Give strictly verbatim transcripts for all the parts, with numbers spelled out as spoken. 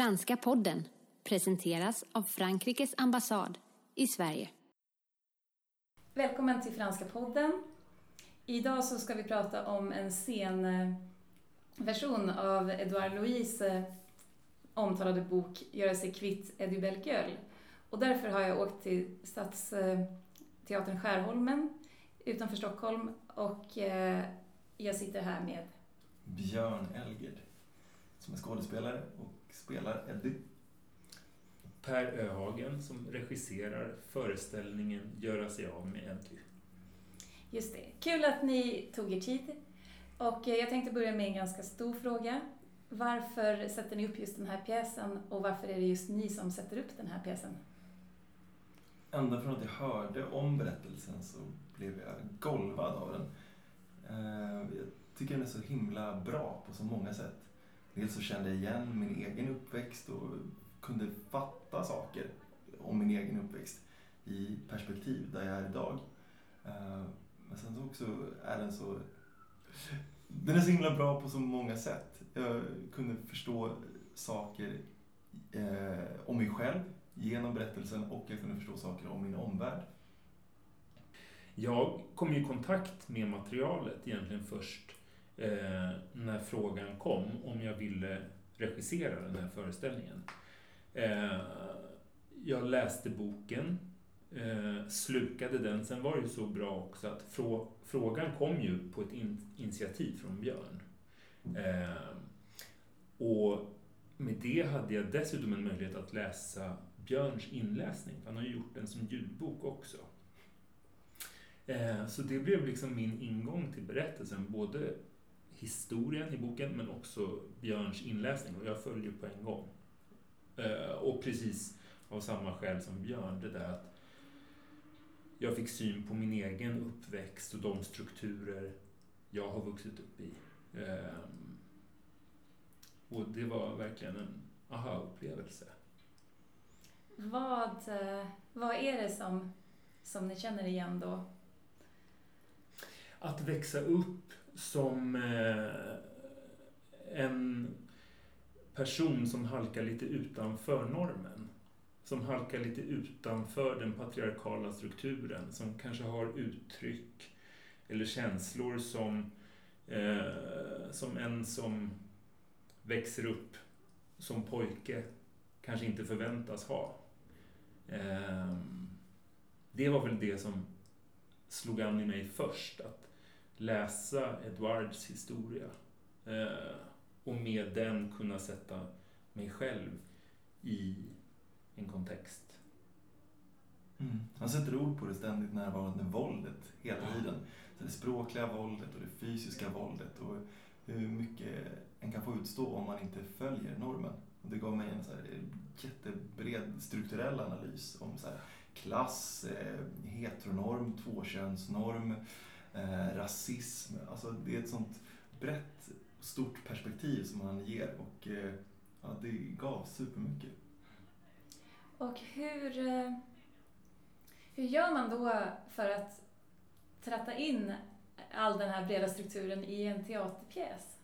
Franska podden presenteras av Frankrikes ambassad i Sverige. Välkommen till Franska podden. Idag så ska vi prata om en scenversion av Édouard Louis omtalade bok Göra sig kvitt Eddie Bellegueule. Och därför har jag åkt till Stadsteatern Skärholmen utanför Stockholm och jag sitter här med Björn Elgert som är skådespelare och spelar Eddie. Per Öhagen som regisserar föreställningen Göra sig av med Eddie. Just det. Kul att ni tog er tid. Och jag tänkte börja med en ganska stor fråga. Varför sätter ni upp just den här pjäsen och varför är det just ni som sätter upp den här pjäsen? Ända från att jag hörde om berättelsen så blev jag golvad av den. Jag tycker den är så himla bra på så många sätt. Dels så kände jag igen min egen uppväxt och kunde fatta saker om min egen uppväxt i perspektiv där jag är idag. Men sen så också är den så... Den är så himla bra på så många sätt. Jag kunde förstå saker eh, om mig själv genom berättelsen och jag kunde förstå saker om min omvärld. Jag kom i kontakt med materialet egentligen först eh, när frågan kom om jag ville regissera den här föreställningen. Eh, jag läste boken, eh, slukade den. Sen var det ju så bra också att frå- frågan kom ju på ett in- initiativ från Björn. Eh, och med det hade jag dessutom en möjlighet att läsa Björns inläsning. Han har ju gjort den som ljudbok också. Eh, så det blev liksom min ingång till berättelsen. Både historien i boken men också Björns inläsning. Och jag följer på en gång. Eh, och precis av samma skäl som Björn. Det där att jag fick syn på min egen uppväxt och de strukturer jag har vuxit upp i. Eh, och det var verkligen en aha-upplevelse. Vad, vad är det som, som ni känner igen då? Att växa upp som eh, en person som halkar lite utanför normen. Som halkar lite utanför den patriarkala strukturen. Som kanske har uttryck eller känslor som, eh, som en som växer upp som pojke kanske inte förväntas ha. Eh, det var väl det som slog an i mig först. Att läsa Edwards historia. Eh, och med den kunna sätta mig själv i en kontext. Mm. Han sätter ord på det ständigt närvarande våldet hela tiden. Så det språkliga våldet och det fysiska våldet och hur mycket en kan få utstå om man inte följer normen. Och det gav mig en så här jättebred strukturell analys om så här klass, eh, heteronorm, tvåkönsnorm, eh, rasism. Alltså det är ett sånt brett stort perspektiv som han ger och eh, ja, det gav supermycket. Och hur, hur gör man då för att tratta in all den här breda strukturen i en teaterpjäs?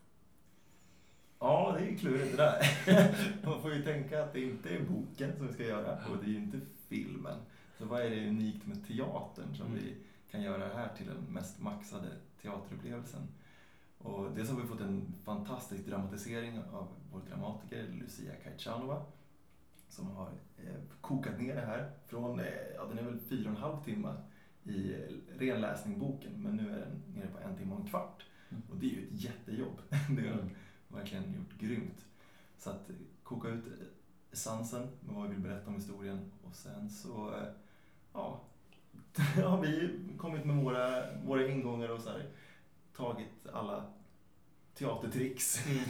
Ja, det är ju klurigt det där. Man får ju tänka att det inte är boken som vi ska göra och det är ju inte filmen. Så vad är det unikt med teatern som vi kan göra det här till den mest maxade teaterupplevelsen? Och dels har vi fått en fantastisk dramatisering av vår dramatiker Lucia Kajtjanova som har eh, kokat ner det här från, eh, ja den är väl fyra och en halv timme i ren läsning boken men nu är den nere på en timme och en kvart. Mm. Och det är ju ett jättejobb. Det har mm. verkligen gjort grymt. Så att koka ut essensen med vad vi vill berätta om historien och sen så eh, ja, har vi kommit med våra, våra ingångar och så här, tagit alla teatertricks mm.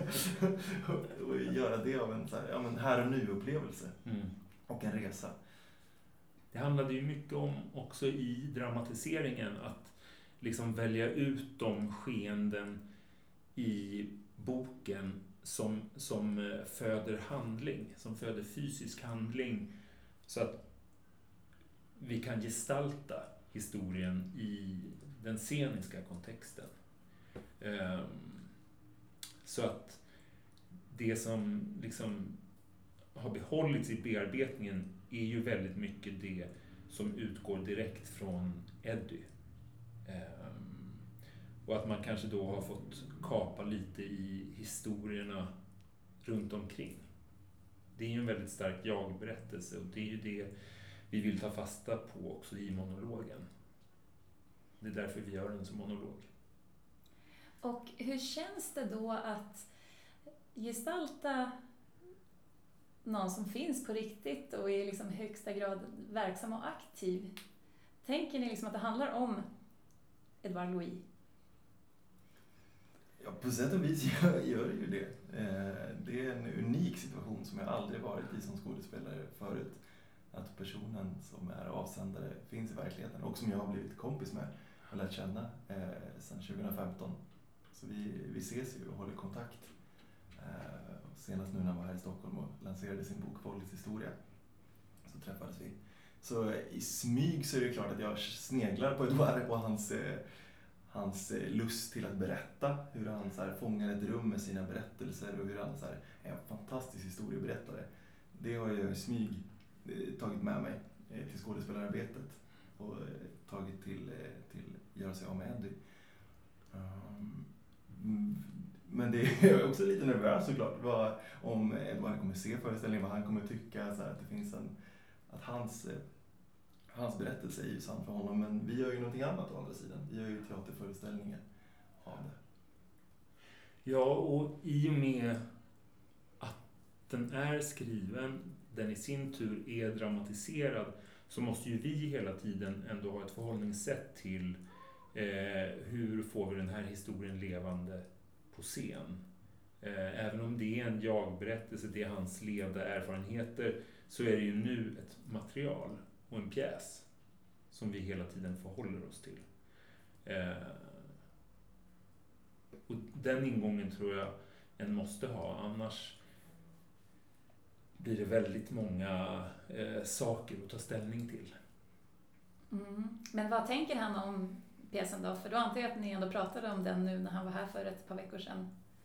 och göra det av en så här, ja, men här och nu-upplevelse mm. och en resa. Det handlade ju mycket om också i dramatiseringen att liksom välja ut de skeenden i boken som, som föder handling, som föder fysisk handling så att vi kan gestalta historien i den sceniska kontexten. Så att det som liksom har behållits i bearbetningen är ju väldigt mycket det som utgår direkt från Eddie. Ehm, och att man kanske då har fått kapa lite i historierna runt omkring. Det är ju en väldigt stark jag-berättelse och det är ju det vi vill ta fasta på också i monologen. Det är därför vi gör den som monolog. Och hur känns det då att gestalta någon som finns på riktigt och är liksom högsta grad verksam och aktiv? Tänker ni liksom att det handlar om Edouard Louis? Ja, på sätt och vis gör, gör det ju det. Eh, det är en unik situation som jag aldrig varit i som skådespelare förut. Att personen som är avsändare finns i verkligheten och som jag har blivit kompis med och lärt känna eh, sedan tjugo femton. Så vi, vi ses ju och håller kontakt. Eh, senast nu när han var här i Stockholm och lanserade sin bok Våldets historia så träffades vi. Så i smyg så är det klart att jag sneglar på Edouard och hans, eh, hans lust till att berätta. Hur han så här, fångar ett rum med sina berättelser och hur han så här, är en fantastisk historieberättare. Det har jag i smyg eh, tagit med mig eh, till skådespelararbetet och eh, tagit till, eh, till Göra sig av med Eddie. Um, men det är jag också lite nervös såklart vad, om Edouard kommer se föreställningen, vad han kommer tycka, så här, att det finns en, att hans, hans berättelse är ju sann för honom, men vi gör ju någonting annat å andra sidan. Vi gör ju teaterföreställningar av det. Ja, och i och med att den är skriven, den i sin tur är dramatiserad, så måste ju vi hela tiden ändå ha ett förhållningssätt till eh, hur får vi den här historien levande på scen. Eh, även om det är en jag-berättelse, det är hans levda erfarenheter, så är det ju nu ett material och en pjäs som vi hela tiden förhåller oss till. Eh, och den ingången tror jag en måste ha, annars blir det väldigt många eh, saker att ta ställning till. Mm. Men vad tänker han om pjäsen då? För då antar jag att ni ändå pratade om den nu när han var här för ett par veckor sedan.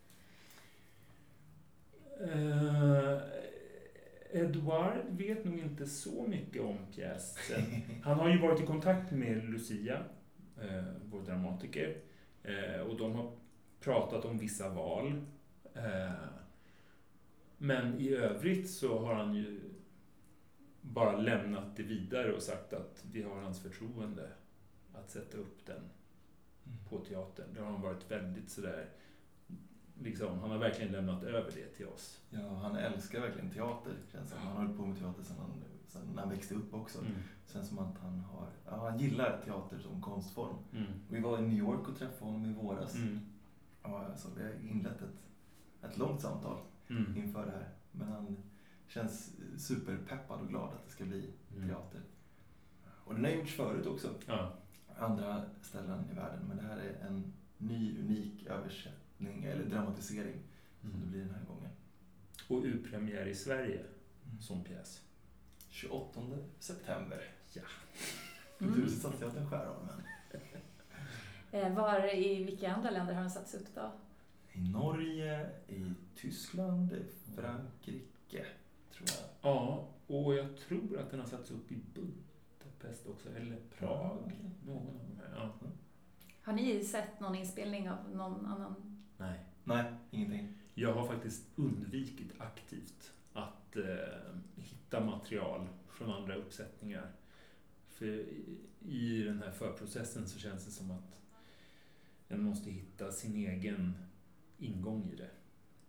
Uh, Edouard vet nog inte så mycket om pjäsen. Han har ju varit i kontakt med Lucia, uh, vår dramatiker, uh, och de har pratat om vissa val. Uh, men i övrigt så har han ju bara lämnat det vidare och sagt att vi har hans förtroende att sätta upp den på teatern. Det har han varit väldigt sådär, liksom, han har verkligen lämnat över det till oss. Ja, han älskar verkligen teater, känns som. Han har hållit på med teater sedan han, sedan när han växte upp också. Mm. Sen som att han har, ja, han gillar teater som konstform. Mm. Vi var i New York och träffade honom i våras. Mm. Ja, så vi har inlett ett, ett långt samtal Mm. inför det här. Men han känns superpeppad och glad att det ska bli Mm. teater. Och den har gjorts förut också. Ja. Andra ställen i världen. Men det här är en ny, unik översättning eller dramatisering som Mm. det blir den här gången. Och urpremiär i Sverige Mm. som pjäs. tjugoåttonde september. Ja. Mm. Kulturstadsteatern Skärholmen. Eh, var i vilka andra länder har den satts upp då? I Norge, i Tyskland, Frankrike, tror jag. Ja, och jag tror att den har satts upp i Budapest också, eller Prag. Någon av de här. Ja. Har ni sett någon inspelning av någon annan? Nej. Nej, ingenting. Jag har faktiskt undvikit aktivt att eh, hitta material från andra uppsättningar. För i, i den här förprocessen så känns det som att en måste hitta sin egen ingång i det.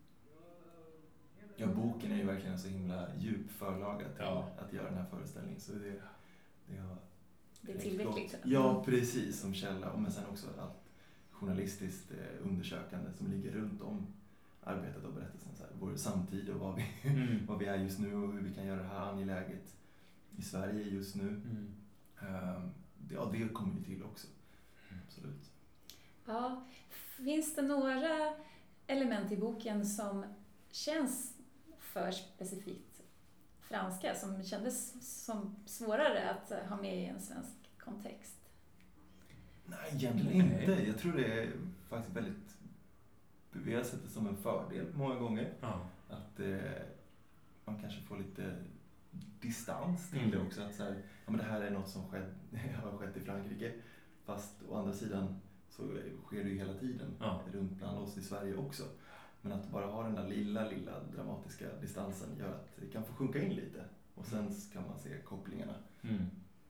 Ja, boken är ju verkligen en så himla djup förlaga till Ja. att göra den här föreställningen. Så det, det, har, Det är tillräckligt. Ja, precis, som källa. Men sen också allt journalistiskt eh, undersökande som ligger runt om arbetet och berättelsen. Så här, vår samtid och vad vi, Mm. vad vi är just nu och hur vi kan göra det här angeläget i Sverige just nu. Mm. Um, det, ja, det kommer ju till också. Absolut. Ja. Finns det några element i boken som känns för specifikt franska, som kändes som svårare att ha med i en svensk kontext? Nej, egentligen Nej. inte. Jag tror det är faktiskt väldigt... Vi har sett det som en fördel många gånger. Ja. Att, eh, man kanske får lite distans till Mm. det också. Att så här, ja, men det här är något som skett, har skett i Frankrike. Fast å andra sidan så sker det ju hela tiden Ja. runt bland oss i Sverige också. Men att bara ha den där lilla, lilla dramatiska distansen gör att det kan få sjunka in lite. Och sen kan man se kopplingarna. Mm.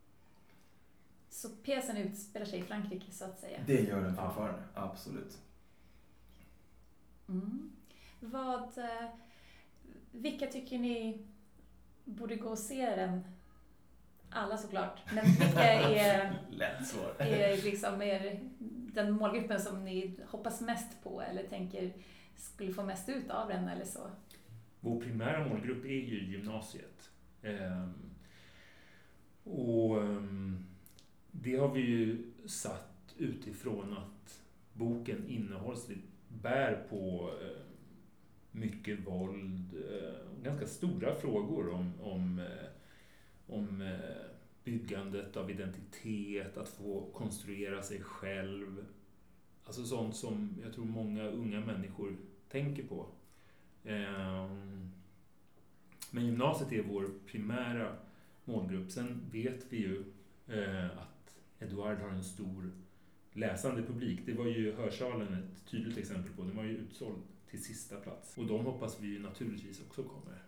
Så pjäsen utspelar sig i Frankrike så att säga. Det gör den fortfarande, ja. Absolut. Mm. Vad, eh, vilka tycker ni borde gå och se den? Alla såklart. Men vilka är, Lätt svar. är liksom er, den målgruppen som ni hoppas mest på eller tänker skulle få mest ut av den eller så? Vår primära målgrupp är ju gymnasiet. Ehm, och ehm, det har vi ju satt utifrån att boken innehållsligt bär på eh, mycket våld, eh, ganska stora frågor om, om, eh, om eh, byggandet av identitet, att få konstruera sig själv. Alltså sånt som jag tror många unga människor tänker på. Ehm, men gymnasiet är vår primära målgrupp. Sen vet vi ju eh, att Eduard har en stor läsande publik. Det var ju Hörsalen ett tydligt exempel på. Den var ju utsåld till sista plats. Och de hoppas vi ju naturligtvis också kommer.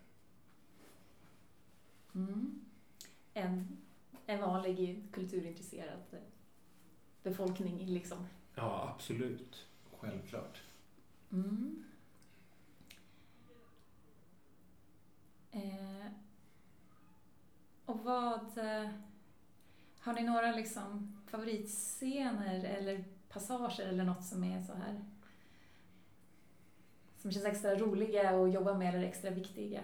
Mm. En, en vanlig kulturintresserad befolkning liksom. Ja, absolut. Självklart. Mm. Eh, och vad... Eh, har ni några liksom favoritscener eller passager eller något som är så här som känns extra roliga att jobba med eller extra viktiga?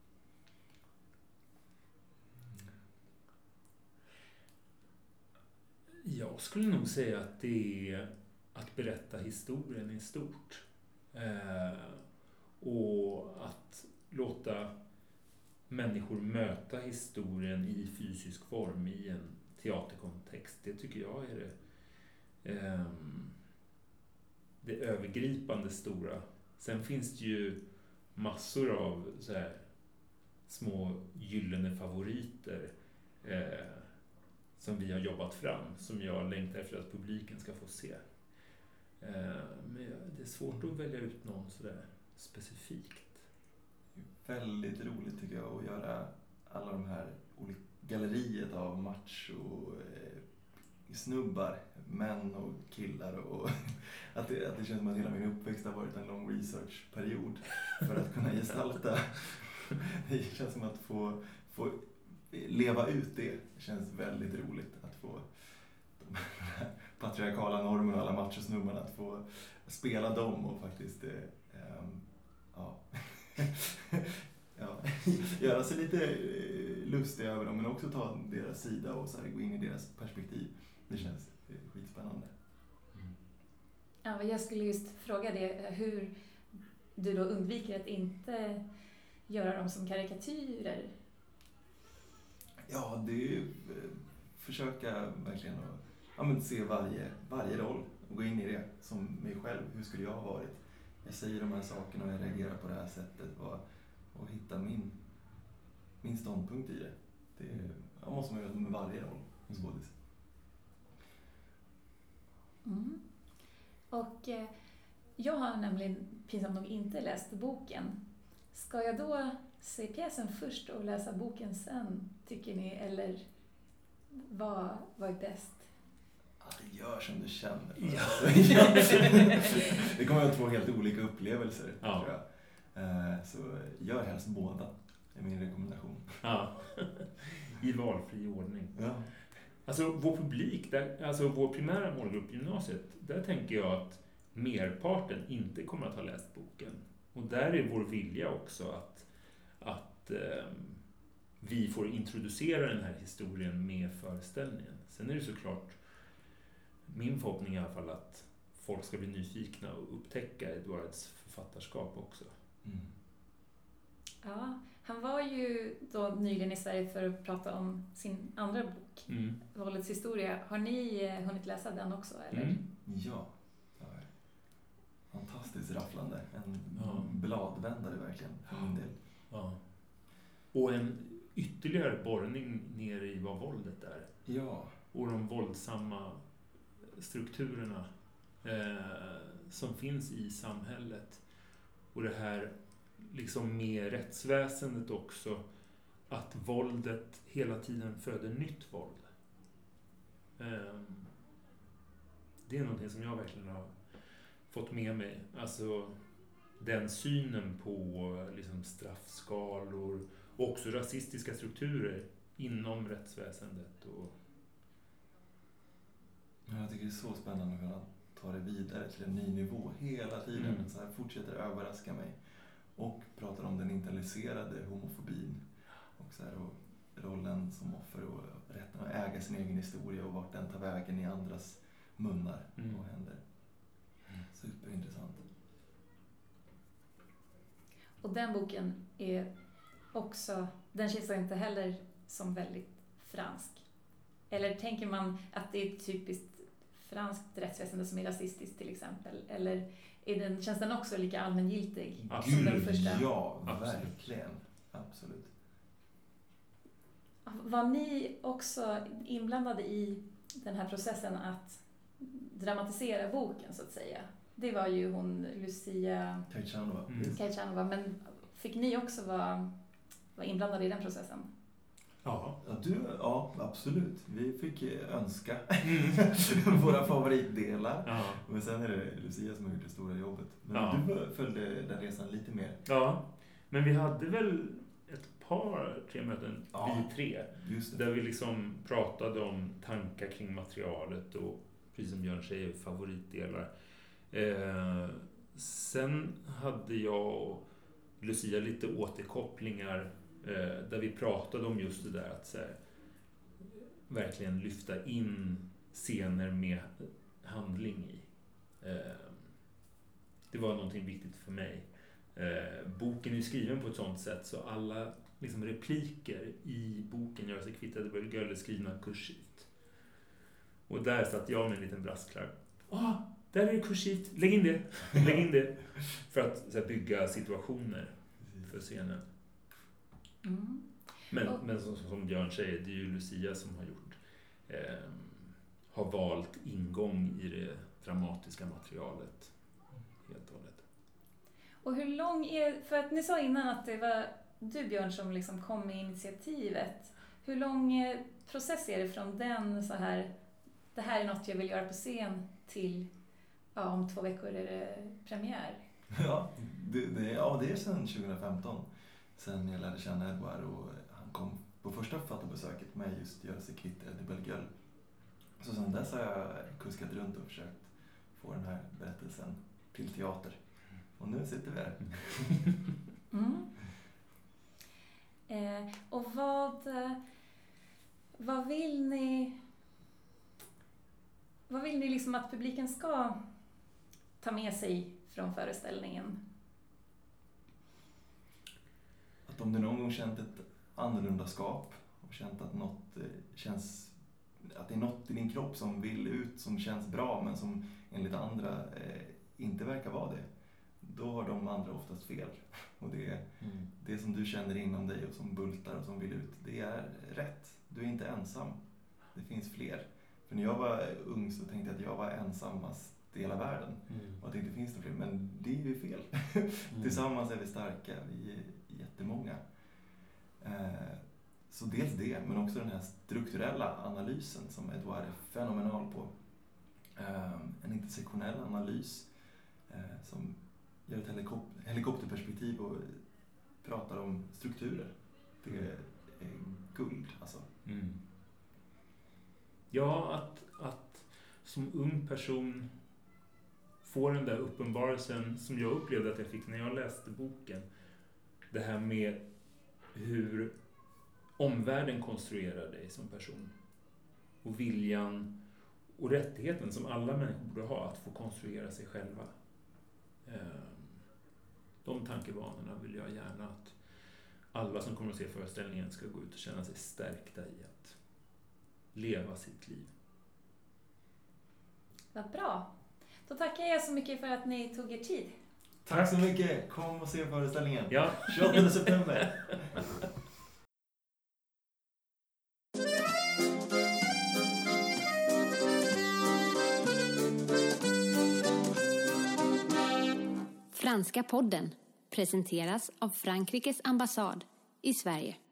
Jag skulle nog säga att det är att berätta historien i stort. Eh, och att låta människor möta historien i fysisk form i en teaterkontext. Det tycker jag är det, eh, det övergripande stora. Sen finns det ju massor av så här små gyllene favoriter eh, som vi har jobbat fram, som jag längtar efter att publiken ska få se. Eh, men det är svårt att välja ut någon sådär specifikt. Väldigt roligt tycker jag att göra alla de här olika galleriet av macho eh, snubbar, män och killar och att det, att det känns som att hela min uppväxt har varit en lång researchperiod för att kunna gestalta. Det känns som att få, få leva ut det. Det känns väldigt roligt att få de här patriarkala normerna och alla machosnubbarna att få spela dem och faktiskt eh, um, ja. Ja, göra sig lite lustig över dem men också ta deras sida och så här, gå in i deras perspektiv. Det känns skitspännande. Mm. Ja, jag skulle just fråga det, hur du då undviker att inte göra dem som karikatyrer. Ja, det är ju försöka verkligen att ja, men se varje, varje roll och gå in i det som mig själv. Hur skulle jag ha varit? Jag säger de här sakerna och jag reagerar på det här sättet och, och hitta min, min ståndpunkt i det. Det jag måste man göra med varje roll som skådis. Mm. Och eh, jag har nämligen pinsamt nog inte läst boken. Ska jag då se pjäsen först och läsa boken sen, tycker ni? Eller vad, vad är bäst? Ja, det gör som du känner. Ja. Alltså, det kommer att vara två helt olika upplevelser, Ja. tror jag. Så gör helst båda, är min rekommendation. Ja, i valfri ordning. Ja. Alltså vår publik, där, alltså vår primära målgrupp gymnasiet, där tänker jag att merparten inte kommer att ha läst boken. Och där är vår vilja också att, att eh, vi får introducera den här historien med föreställningen. Sen är det såklart min förhoppning i alla fall att folk ska bli nyfikna och upptäcka Eduards författarskap också. Mm. Ja, han var ju då nyligen i Sverige för att prata om sin andra bok, Mm. Våldets historia. Har ni hunnit läsa den också? Eller? Mm. Ja. Ja. Fantastiskt rafflande. En Ja. bladvändare verkligen för min del. Ja. Och en ytterligare borrning ner i vad våldet är. Ja. Och de våldsamma strukturerna eh, som finns i samhället. Och det här liksom med rättsväsendet också, att våldet hela tiden föder nytt våld. Eh, det är någonting som jag verkligen har fått med mig. Alltså den synen på liksom straffskalor och också rasistiska strukturer inom rättsväsendet. Och... Jag tycker det är så spännande att kunna ta det vidare till en ny nivå hela tiden. Mm. Så här fortsätter överraska mig. Och pratar om den internaliserade homofobin. Och, så här, och rollen som offer och rätten att äga sin egen historia och vart den tar vägen i andras munnar mm. och händer. Mm. Superintressant. Och den boken är också, den känns inte heller som väldigt fransk. Eller tänker man att det är typiskt franskt rättsväsende som är rasistiskt till exempel? Eller är den, känns den också lika allmängiltig? Absolut. Som den första? Ja, verkligen. Absolut. Var ni också inblandade i den här processen att dramatisera boken så att säga? Det var ju hon Lucia Caetjanova. Mm. Caetjanova, men fick ni också vara, vara inblandade i den processen? Ja. Ja, du, ja, absolut. Vi fick önska mm. våra favoritdelar. Ja. Men sen är det Lucia som har gjort det stora jobbet. Men ja. Du följde den resan lite mer. Ja, men vi hade väl ett par, tre möten, ja. vi tre. Just det. Där vi liksom pratade om tankar kring materialet och precis som Björn säger, favoritdelar. Eh, sen hade jag och Lucia lite återkopplingar eh, där vi pratade om just det där att så här, verkligen lyfta in scener med handling i. Eh, det var någonting viktigt för mig. Eh, boken är skriven på ett sånt sätt så alla liksom, repliker i boken Göra sig kvitt Eddie är skrivna kursivt. Och där satt jag med en liten brasklapp. Ah, där är det kursivt. Lägg in det. Lägg in det. För att så här, bygga situationer för scenen. Mm. Men, och... men som, som Björn säger, det är ju Lucia som har gjort eh, har valt ingång i det dramatiska materialet helt och hållet. Och hur lång är, för att ni sa innan att det var du Björn som liksom kom med initiativet. Hur lång process är det från den så här, det här är något jag vill göra på scen till ja, om två veckor är det premiär? Ja, det, det, ja, det är sedan tjugo femton. Sen jag lärde känna Edward och han kom på första författarbesöket med just Göra sig kvitt Eddie Bellegueule. Så sen dess har jag kuskat runt och försökt få den här berättelsen till teater. Och nu sitter vi här. Mm. Eh, och vad, vad vill ni vad vill ni liksom att publiken ska ta med sig från föreställningen? Att om du någon gång känt ett annorlunda skap och känt att något känns, att det är något i din kropp som vill ut, som känns bra men som enligt andra eh, inte verkar vara det, då har de andra oftast fel. Och det, mm. det som du känner inom dig och som bultar och som vill ut, det är rätt. Du är inte ensam. Det finns fler. För när jag var ung så tänkte jag att jag var ensammast i hela världen. Mm. Och att det inte finns fler. Men det är ju fel. Mm. Tillsammans är vi starka. Vi är jättemånga. Eh, så dels det, men också den här strukturella analysen som Edward är fenomenal på. Eh, en intersektionell analys eh, som gör ett helikop- helikopterperspektiv och pratar om strukturer. Det är guld alltså. Mm. Ja, att, att som ung person få den där uppenbarelsen som jag upplevde att jag fick när jag läste boken. Det här med hur omvärlden konstruerar dig som person. Och viljan och rättigheten som alla människor borde ha att få konstruera sig själva. De tankebanorna vill jag gärna att alla som kommer att se föreställningen ska gå ut och känna sig stärkta i att leva sitt liv. Vad bra. Då tackar jag så mycket för att ni tog er tid. Tack så mycket. Kom och se föreställningen. Ja. tjugoåttonde september. Franska podden presenteras av Frankrikes ambassad i Sverige.